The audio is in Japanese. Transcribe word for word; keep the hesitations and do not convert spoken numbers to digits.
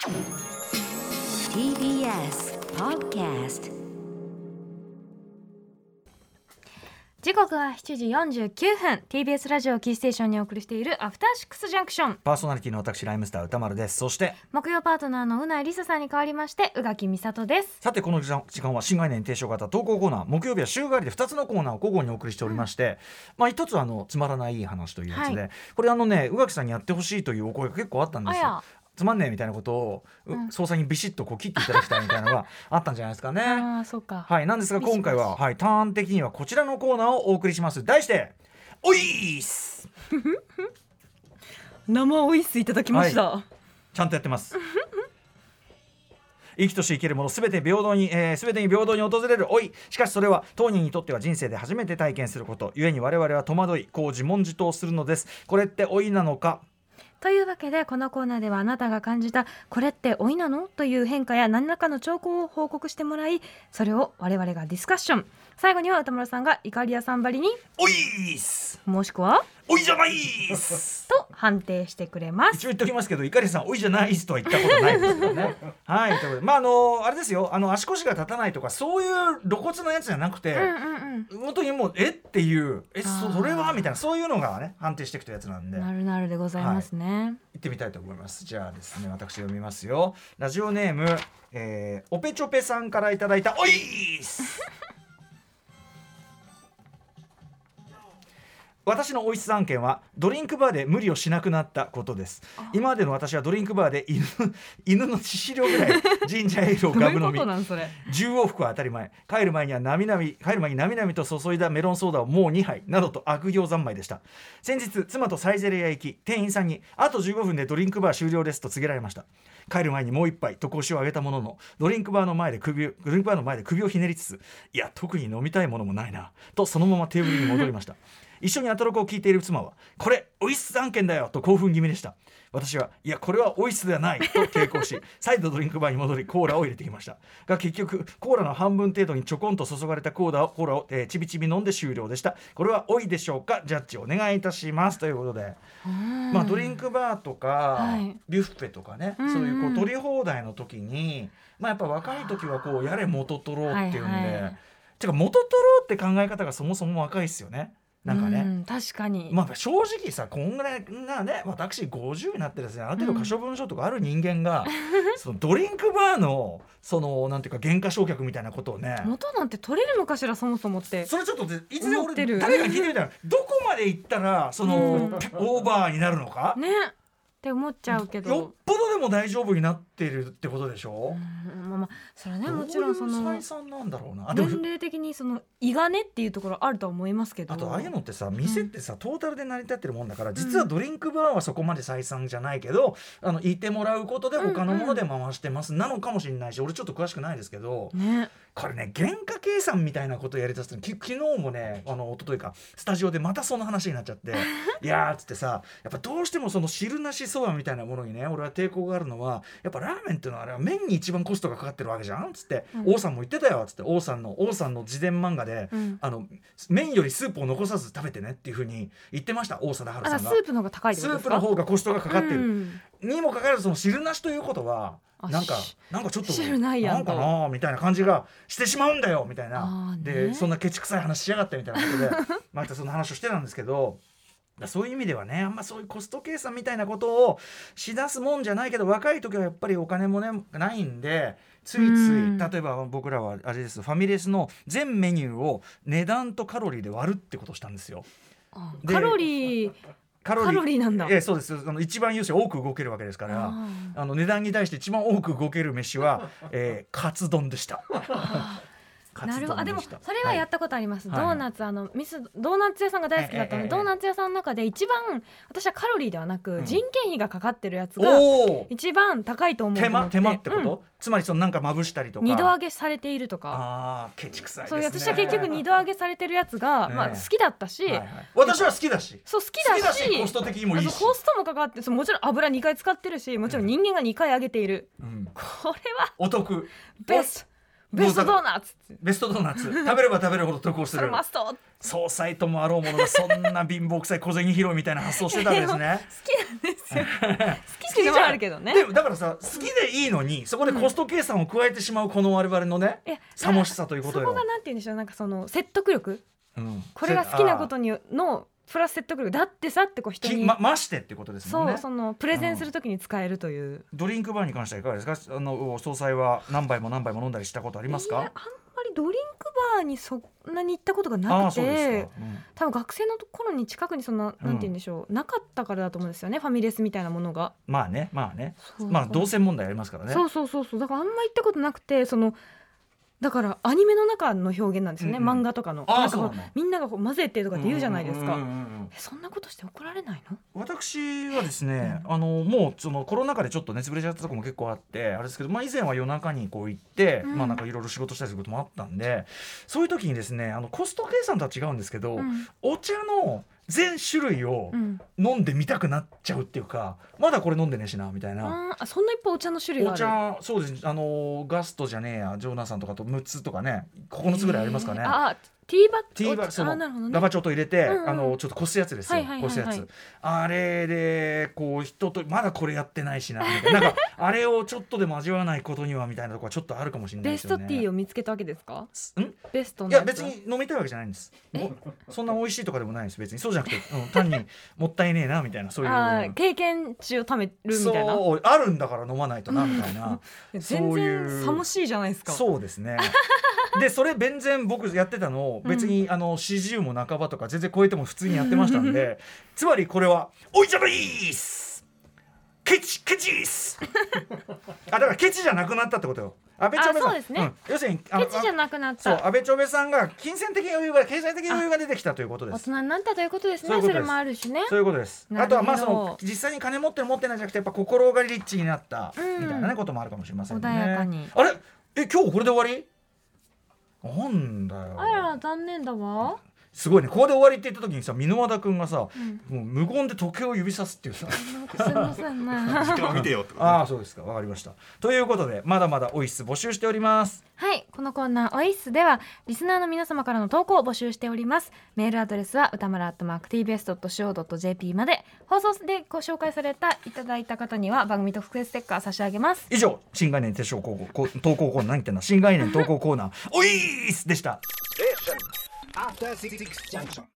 ティービーエス Podcast。時刻はしちじよんじゅうきゅうふん、 ティービーエス ラジオキーステーションにお送りしているアフターシックスジャンクション。 パーソナリティの私ライムスター歌丸です。そして木曜パートナーのうないりささんに代わりまして宇垣美里です。 さてこの時間は新概念提唱型投稿コーナー、木曜日は週替わりでふたつのコーナーを交互にお送りしておりまして、うん、まあ一つはあのつまらない話というやつで、はい、これあのね宇垣さんにやってほしいというお声が結構あったんですよ。つまんねえみたいなことを、うん、捜査にビシッとこう切っていただきたいみたいなのがあったんじゃないですかね。 あ、そうか。 はい、なんですが今回は、はい、ターン的にはこちらのコーナーをお送りします。題しておいーす生おいっすいただきました、はい、 ちゃんとやってます生きとし生けるものすべて平等に、えー、全てに平等に訪れる老い。しかしそれは当人にとっては人生で初めて体験することゆえに我々は戸惑いこう自問自答するのです。これって老いなのか。 というわけでこのコーナーではあなたが感じたこれって老いなのという変化や何らかの兆候を報告してもらい、それを我々がディスカッション。最後には歌丸さんが怒りやさんばりにおいーすもしくはおいじゃないーすと判定してくれます。 一応言っておきますけど、怒りさんおいじゃないーすとは言ったことないですよねはい、ということでまああのあれですよ、あの足腰が立たないとかそういう露骨なやつじゃなくて、うんうんうん、本当にもうえっていうえ そ, それはみたいなそういうのがね判定していくというやつなんで、 なるなるでございますね、はい、 行ってみたいと思います。じゃあですね、私読みますよ。ラジオネーム、えー、おぺちょぺさんからいただいたおいーす私のおいしさ案件はドリンクバーで無理をしなくなったことです。今までの私はドリンクバーで 犬, 犬の致死量ぐらいジンジャーエールをガブ飲みじゅう往復は当たり前。帰る前にはなみなみ帰る前になみなみと注いだメロンソーダをもうにはいなどと悪行三昧でした。先日妻とサイゼリヤ行き、店員さんにあとじゅうごふんでドリンクバー終了ですと告げられました。帰る前にもう一杯と腰を上げたもののドリンクバーの前で首をドリンクバーの前で首をひねりつつ、いや特に飲みたいものもないなとそのままテーブルに戻りました一緒にアトロクを聞いている妻はこれオイス案件だよと興奮気味でした。私はいやこれはオイスではないと抵抗し再度ドリンクバーに戻りコーラを入れてきましたが、結局コーラの半分程度にちょこんと注がれたコーラをコーラを、えー、ちびちび飲んで終了でした。これはオイでしょうか。ジャッジお願いいたしますということで、まあ、ドリンクバーとか、はい、ビュッフェとかね、そういうこう取り放題の時に、まあ、やっぱ若い時はこうやれ元取ろうっていうんで、はいはい、てか元取ろうって考え方がそもそも若いですよね。なんかね、うん、 確かに、 まあ、正直さこんぐらいなね、私ごじゅうになってですね、ある程度可処分所とかある人間が、うん、そのドリンクバーのそのなんていうか原価償却みたいなことをね、 元なんて取れるのかしらそもそもって。 それちょっといつで俺誰か聞いてみたらどこまで行ったらその、うん、オーバーになるのかねって思っちゃうけど、 よっぽどでも大丈夫になってるってことでしょ。 うん、まあ、まあそれはね、もちろんその採算なんだろうな。 年齢的にその胃がねっていうところあるとは思いますけど、 あとああいうのってさ店ってさ、うん、トータルで成り立ってるもんだから、実はドリンクバーはそこまで採算じゃないけど、あのいてもらうことで他のもので回してます、うんうん、なのかもしれないし、俺ちょっと詳しくないですけど、ね、これね原価計算みたいなことをやりだすとき昨日もねあの一昨日かスタジオでまたその話になっちゃっていやーっつってさ、やっぱどうしてもその汁なしそばみたいなものにね俺は抵抗があるのは、やっぱラーメンっていうのはあれは麺に一番コストがかかってるわけじゃんっつって、うん、王さんも言ってたよっつって、王さんの王さんの自伝漫画で、うん、あの麺よりスープを残さず食べてねっていう風に言ってました大貞治さんが。 スープの方が高いってことですか。 スープの方がコストがかかってる、うん、にもかかわらずその汁なしということはなんかなんかちょっと汁ないやんなんかなみたいな感じがしてしまうんだよみたいな、でそんなケチくさい話しやがってみたいなことでまたその話をしてたんですけど、そういう意味ではね、あんまそういうコスト計算みたいなことをしだすもんじゃないけど、若い時はやっぱりお金もねないんで、ついつい例えば僕らはあれです、ファミレスの全メニューを値段とカロリーで割るってことをしたんですよ。 カロリーカロリー、カロリーなんだ。 ええ、そうです。あの一番要するに多く動けるわけですから、ああの値段に対して一番多く動ける飯は、えー、カツ丼でしたなるほど。あ、でもそれはやったことあります、はい、ドーナツ、あのミスドーナツ屋さんが大好きだったので、ええええ、ドーナツ屋さんの中で一番私はカロリーではなく、うん、人件費がかかってるやつが一番高いと思うと思って。 手間、手間ってこと、うん、つまりそのなんかまぶしたりとか二度揚げされているとか、 あーケチくさいですそう、 ね。 私は結局二度揚げされてるやつが、ね、まあ、好きだったし、はいはい、 私は好きだし、 そう好きだし、 好きだしコスト的にもいいし、 コストもかかって、そうもちろん油にかい使ってるし、もちろん人間がにかい揚げている、うん、これはお得ベストベストドーナツベストドーナツ食べれば食べるほど得をするマスト総裁ともあろうものがそんな貧乏くさい小銭拾いみたいな発想してたんですね好きなんですよ好きっていうのもあるけどね。 でもだからさ好きでいいのにそこでコスト計算を加えてしまうこの我々のね、うん、さもしさということよ。 そこがなんて言うんでしょう、なんかその説得力、うん、これが好きなことにのプラス説得力だってさってこう人にま, ましてってことですもんね。 そう、そのプレゼンするときに使えるという、うん、 ドリンクバーに関してはいかがですか。あの総裁は何杯も何杯も飲んだりしたことありますか。 いやあんまりドリンクバーにそんなに行ったことがなくて、うん、多分学生の頃に近くにそんな、なんて言うんでしょう、うん、なかったからだと思うんですよね、ファミレスみたいなものが。まあねまあねまあ動線問題ありますからね。 そうそうそうそう、だからあんま行ったことなくて、そのだからアニメの中の表現なんですよね、うんうん、漫画とかのなんかこうみんながこう混ぜてとかって言うじゃないですか、うんうんうんうん、えそんなことして怒られないの。 私はですね、うん、あのもうそのコロナ禍でちょっと熱ぶれちゃったところも結構あってあれですけど、まあ、以前は夜中にこう行って、うん、まあなんかいろいろ仕事したりすることもあったんで、そういう時にですねあのコスト計算とは違うんですけど、うん、お茶の全種類を飲んでみたくなっちゃうっていうか、うん、まだこれ飲んでねえしなみたいな。 あそんないっぱいお茶の種類がある。お茶そうです、あのガストじゃねえやジョーナさんとかとむっつとかねここのつぐらいありますかね。 あティーバッグティーバッグそのラバチョウと入れて、うんうん、あのちょっとこすやつですよ、はいはいはいはい、こすやつあれでこう人とまだこれやってないしなみたいななんかあれをちょっとでも味わわないことにはみたいなところはちょっとあるかもしれないですよね。 ベストティーを見つけたわけですか。 んベストのいや別に飲みたいわけじゃないんです。そんな美味しいとかでもないんです別に。そうじゃなくて、うん、単にもったいねえなみたいなそういうあ経験値を貯めるみたいな。 そうあるんだから飲まないとなみたいな全然さもしいじゃないですか。 そうですねでそれ全然僕やってたの別に、うん、あのよんじゅうも半ばとか全然超えても普通にやってましたんでつまりこれはおいじゃないーすケチケチーすあだからケチじゃなくなったってことよ。安倍長兵衛さん、そうですね、うん、要するにケチじゃなくなった。 そう安倍長兵衛さんが金銭的余裕が経済的余裕が出てきたということです。 大人になったということですね。 そ, ういうことです。それもあるしね。 そういうことです。あとはまあその実際に金持ってる持ってないじゃなくてやっぱ心がリッチになったみたいな、ねうん、こともあるかもしれませんね。 穏やかに。 あれえ今日これで終わりなんだよ。 あら残念だわ。 すごいねここで終わりって言った時にさ箕輪田くんがさ、うん、もう無言で時計を指さすっていうさすいませんね時間を見てよってこと、 ね、ああそうですかわかりました。ということでまだまだおいっす募集しております。 はい、このコーナーおいっすではリスナーの皆様からの投稿を募集しております。メールアドレスは歌村アットマーク ティービーエスドットシーオードットジェーピー まで。放送でご紹介されたいただいた方には番組特製ステッカー差し上げます。 以上新概念提唱投稿コーナー何言ってんだ新概念投稿コーナーおいっすでした。